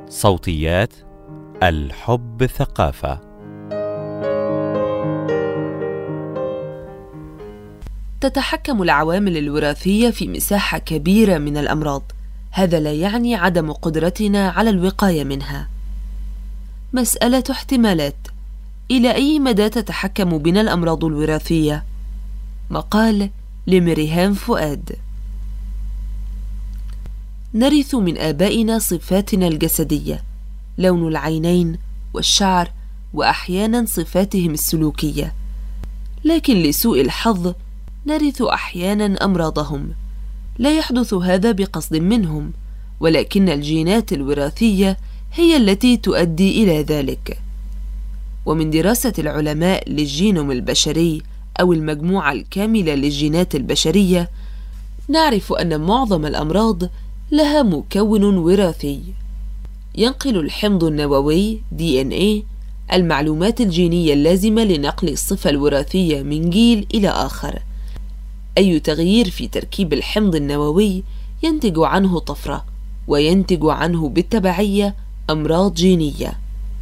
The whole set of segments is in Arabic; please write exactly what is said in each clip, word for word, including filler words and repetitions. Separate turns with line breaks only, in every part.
صوتيات الحب ثقافة.
تتحكم العوامل الوراثية في مساحة كبيرة من الأمراض. هذا لا يعني عدم قدرتنا على الوقاية منها. مسألة احتمالات: إلى أي مدى تتحكم بنا الأمراض الوراثية؟ مقال لمريهام فؤاد. نرث من آبائنا صفاتنا الجسدية، لون العينين والشعر وأحيانا صفاتهم السلوكية، لكن لسوء الحظ نرث أحيانا أمراضهم. لا يحدث هذا بقصد منهم، ولكن الجينات الوراثية هي التي تؤدي إلى ذلك. ومن دراسة العلماء للجينوم البشري أو المجموعة الكاملة للجينات البشرية، نعرف أن معظم الأمراض لها مكون وراثي. ينقل الحمض النووي دي إن إيه المعلومات الجينية اللازمة لنقل الصفة الوراثية من جيل إلى آخر. أي تغيير في تركيب الحمض النووي ينتج عنه طفرة، وينتج عنه بالتبعية أمراض جينية.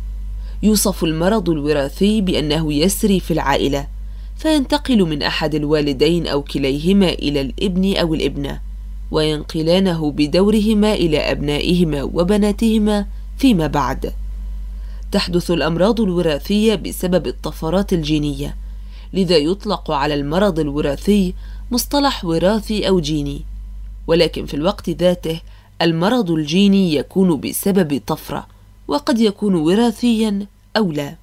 يوصف المرض الوراثي بأنه يسري في العائلة، فينتقل من أحد الوالدين أو كليهما إلى الابن أو الابنة، وينقلانه بدورهما إلى أبنائهما وبناتهما فيما بعد. تحدث الأمراض الوراثية بسبب الطفرات الجينية، لذا يطلق على المرض الوراثي مصطلح وراثي أو جيني. ولكن في الوقت ذاته المرض الجيني يكون بسبب طفرة، وقد يكون وراثيا أو لا.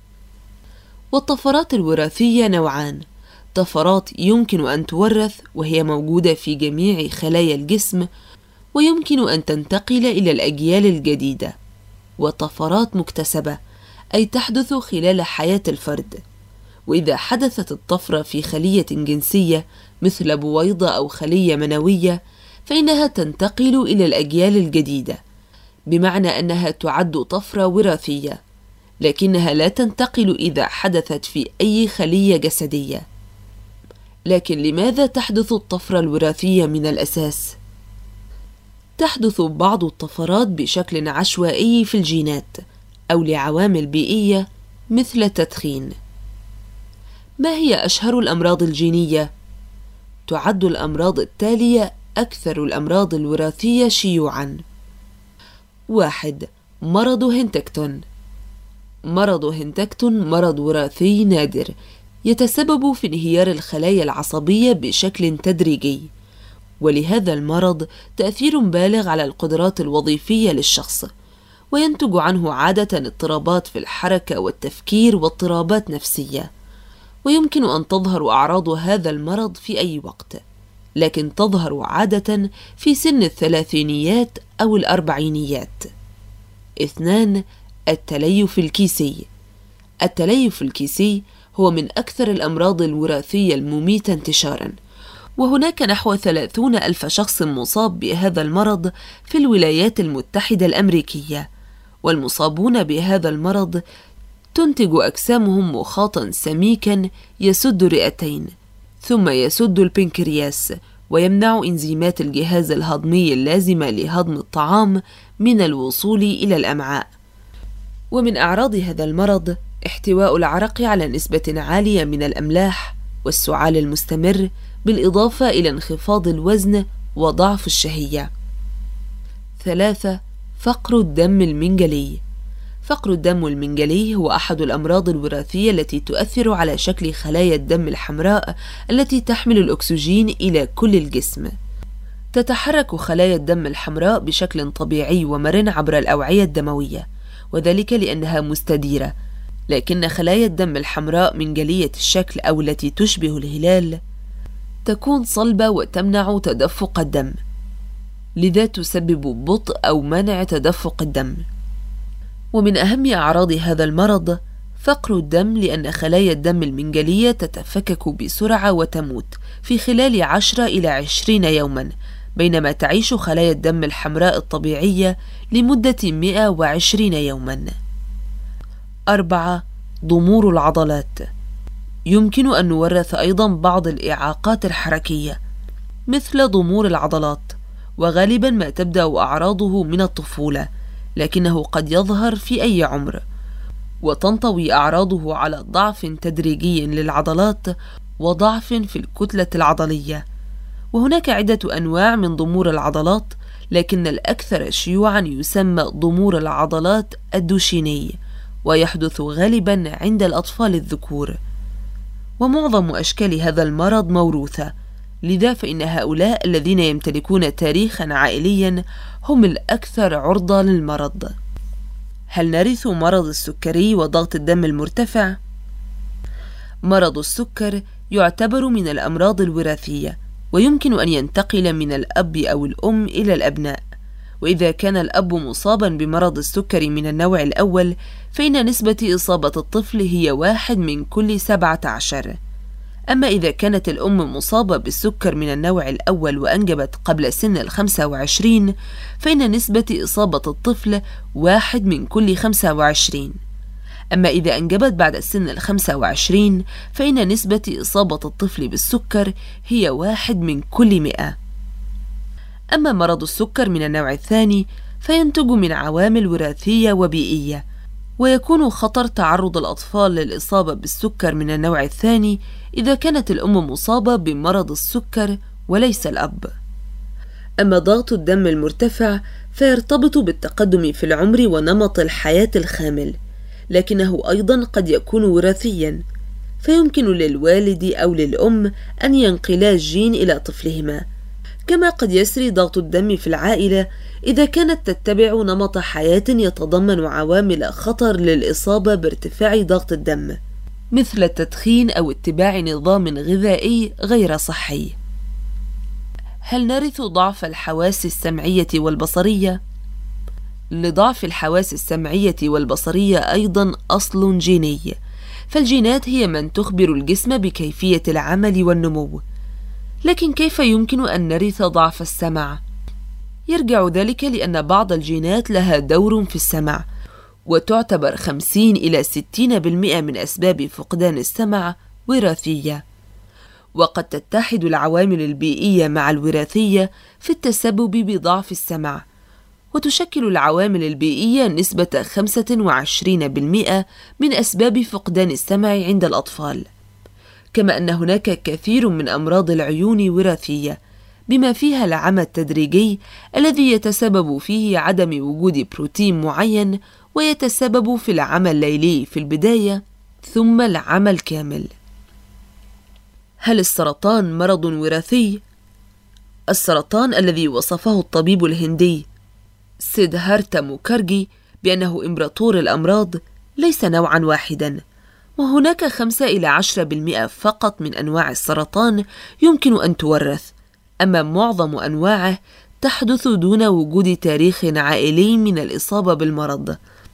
والطفرات الوراثية نوعان: طفرات يمكن أن تورث وهي موجودة في جميع خلايا الجسم ويمكن أن تنتقل إلى الأجيال الجديدة، وطفرات مكتسبة أي تحدث خلال حياة الفرد. وإذا حدثت الطفرة في خلية جنسية مثل بويضة أو خلية منوية، فإنها تنتقل إلى الأجيال الجديدة، بمعنى أنها تعد طفرة وراثية، لكنها لا تنتقل إذا حدثت في أي خلية جسدية. لكن لماذا تحدث الطفرة الوراثية من الأساس؟ تحدث بعض الطفرات بشكل عشوائي في الجينات أو لعوامل بيئية مثل التدخين. ما هي أشهر الأمراض الجينية؟ تعد الأمراض التالية أكثر الأمراض الوراثية شيوعاً. واحد. مرض هنتكتون. مرض هنتكتون مرض وراثي نادر، يتسبب في انهيار الخلايا العصبية بشكل تدريجي، ولهذا المرض تأثير بالغ على القدرات الوظيفية للشخص، وينتج عنه عادة اضطرابات في الحركة والتفكير واضطرابات نفسية. ويمكن أن تظهر أعراض هذا المرض في أي وقت، لكن تظهر عادة في سن الثلاثينيات أو الأربعينيات. اثنان. التليف الكيسي. التليف الكيسي هو من أكثر الأمراض الوراثية المميتة انتشاراً، وهناك نحو ثلاثون ألف شخص مصاب بهذا المرض في الولايات المتحدة الأمريكية. والمصابون بهذا المرض تنتج أجسامهم مخاطاً سميكاً يسد الرئتين، ثم يسد البنكرياس، ويمنع إنزيمات الجهاز الهضمي اللازمة لهضم الطعام من الوصول إلى الأمعاء. ومن أعراض هذا المرض احتواء العرق على نسبة عالية من الأملاح والسعال المستمر، بالإضافة إلى انخفاض الوزن وضعف الشهية. ثلاثة. فقر الدم المنجلي. فقر الدم المنجلي هو أحد الأمراض الوراثية التي تؤثر على شكل خلايا الدم الحمراء التي تحمل الأكسجين إلى كل الجسم. تتحرك خلايا الدم الحمراء بشكل طبيعي ومرن عبر الأوعية الدموية، وذلك لأنها مستديرة، لكن خلايا الدم الحمراء منجلية الشكل أو التي تشبه الهلال تكون صلبة وتمنع تدفق الدم، لذا تسبب بطء أو منع تدفق الدم. ومن أهم أعراض هذا المرض فقر الدم، لأن خلايا الدم المنجلية تتفكك بسرعة وتموت في خلال عشرة إلى عشرين يوما، بينما تعيش خلايا الدم الحمراء الطبيعية لمدة مئة وعشرين يوما. أربعة. ضمور العضلات. يمكن أن نورث أيضا بعض الإعاقات الحركية مثل ضمور العضلات، وغالبا ما تبدأ أعراضه من الطفولة، لكنه قد يظهر في أي عمر، وتنطوي أعراضه على ضعف تدريجي للعضلات وضعف في الكتلة العضلية. وهناك عدة أنواع من ضمور العضلات، لكن الأكثر شيوعا يسمى ضمور العضلات الدوشيني، ويحدث غالبا عند الأطفال الذكور. ومعظم أشكال هذا المرض موروثة، لذا فإن هؤلاء الذين يمتلكون تاريخا عائليا هم الأكثر عرضة للمرض. هل نرث مرض السكري وضغط الدم المرتفع؟ مرض السكر يعتبر من الأمراض الوراثية، ويمكن أن ينتقل من الأب أو الأم إلى الأبناء. وإذا كان الأب مصابا بمرض السكري من النوع الأول، فإن نسبة إصابة الطفل هي واحد من كل سبعة عشر. أما إذا كانت الأم مصابة بالسكر من النوع الأول وأنجبت قبل سن الخمسة وعشرين، فإن نسبة إصابة الطفل واحد من كل خمسة وعشرين. أما إذا أنجبت بعد سن الخمسة وعشرين، فإن نسبة إصابة الطفل بالسكر هي واحد من كل مئة. أما مرض السكر من النوع الثاني فينتج من عوامل وراثية وبيئية، ويكون خطر تعرض الأطفال للإصابة بالسكر من النوع الثاني إذا كانت الأم مصابة بمرض السكر وليس الأب. أما ضغط الدم المرتفع فيرتبط بالتقدم في العمر ونمط الحياة الخامل، لكنه أيضا قد يكون وراثيا، فيمكن للوالد أو للأم أن ينقلا الجين إلى طفلهما. كما قد يسري ضغط الدم في العائلة إذا كانت تتبع نمط حياة يتضمن عوامل خطر للإصابة بارتفاع ضغط الدم، مثل التدخين أو اتباع نظام غذائي غير صحي. هل نرث ضعف الحواس السمعية والبصرية؟ لضعف الحواس السمعية والبصرية أيضا أصل جيني، فالجينات هي من تخبر الجسم بكيفية العمل والنمو. لكن كيف يمكن أن نرث ضعف السمع؟ يرجع ذلك لأن بعض الجينات لها دور في السمع، وتعتبر خمسين إلى ستين بالمئة من أسباب فقدان السمع وراثية. وقد تتحد العوامل البيئية مع الوراثية في التسبب بضعف السمع، وتشكل العوامل البيئية نسبة خمسة وعشرين بالمئة من أسباب فقدان السمع عند الأطفال. كما أن هناك كثير من أمراض العيون وراثية، بما فيها العمى التدريجي الذي يتسبب فيه عدم وجود بروتين معين، ويتسبب في العمى الليلي في البداية ثم العمى الكامل. هل السرطان مرض وراثي؟ السرطان الذي وصفه الطبيب الهندي سيدهارتا موكارجي بأنه إمبراطور الأمراض ليس نوعا واحدا، وهناك خمسة إلى عشرة بالمئة فقط من أنواع السرطان يمكن أن تورث، أما معظم أنواعه تحدث دون وجود تاريخ عائلي من الإصابة بالمرض،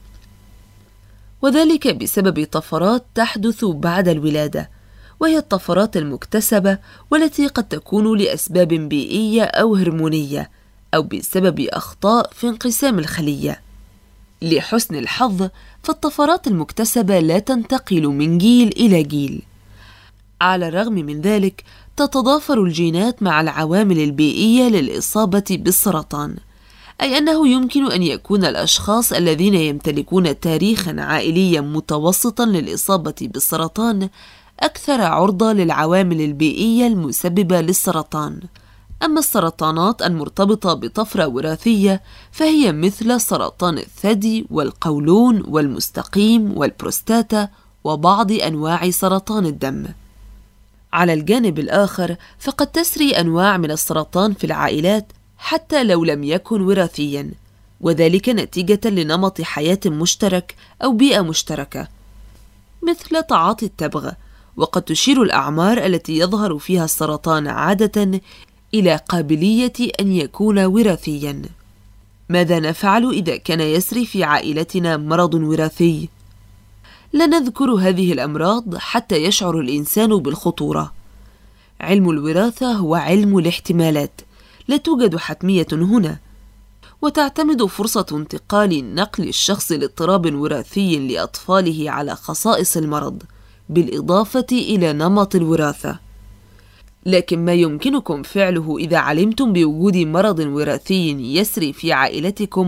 وذلك بسبب طفرات تحدث بعد الولادة، وهي الطفرات المكتسبة والتي قد تكون لأسباب بيئية أو هرمونية، أو بسبب أخطاء في انقسام الخلية. لحسن الحظ فالطفرات المكتسبة لا تنتقل من جيل إلى جيل. على الرغم من ذلك تتضافر الجينات مع العوامل البيئية للإصابة بالسرطان، أي أنه يمكن أن يكون الأشخاص الذين يمتلكون تاريخا عائليا متوسطا للإصابة بالسرطان أكثر عرضة للعوامل البيئية المسببة للسرطان. أما السرطانات المرتبطة بطفرة وراثية فهي مثل سرطان الثدي والقولون والمستقيم والبروستاتا وبعض أنواع سرطان الدم. على الجانب الآخر فقد تسري أنواع من السرطان في العائلات حتى لو لم يكن وراثيا، وذلك نتيجة لنمط حياة مشترك أو بيئة مشتركة، مثل تعاطي التبغ. وقد تشير الأعمار التي يظهر فيها السرطان عادة إلى قابلية أن يكون وراثيا. ماذا نفعل إذا كان يسري في عائلتنا مرض وراثي؟ لا نذكر هذه الأمراض حتى يشعر الإنسان بالخطورة. علم الوراثة هو علم الاحتمالات، لا توجد حتمية هنا، وتعتمد فرصة انتقال نقل الشخص لاضطراب وراثي لأطفاله على خصائص المرض بالإضافة إلى نمط الوراثة. لكن ما يمكنكم فعله إذا علمتم بوجود مرض وراثي يسري في عائلتكم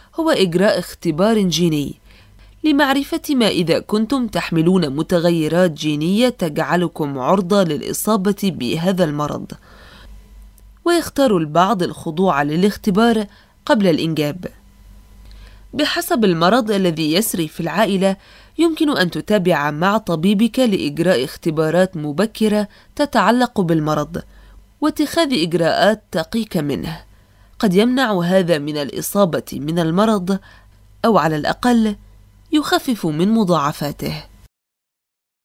هو إجراء اختبار جيني لمعرفة ما إذا كنتم تحملون متغيرات جينية تجعلكم عرضة للإصابة بهذا المرض. ويختار البعض الخضوع للاختبار قبل الإنجاب. بحسب المرض الذي يسري في العائلة، يمكن أن تتابع مع طبيبك لإجراء اختبارات مبكرة تتعلق بالمرض واتخاذ إجراءات تقيك منه. قد يمنع هذا من الإصابة من المرض، أو على الأقل يخفف من مضاعفاته.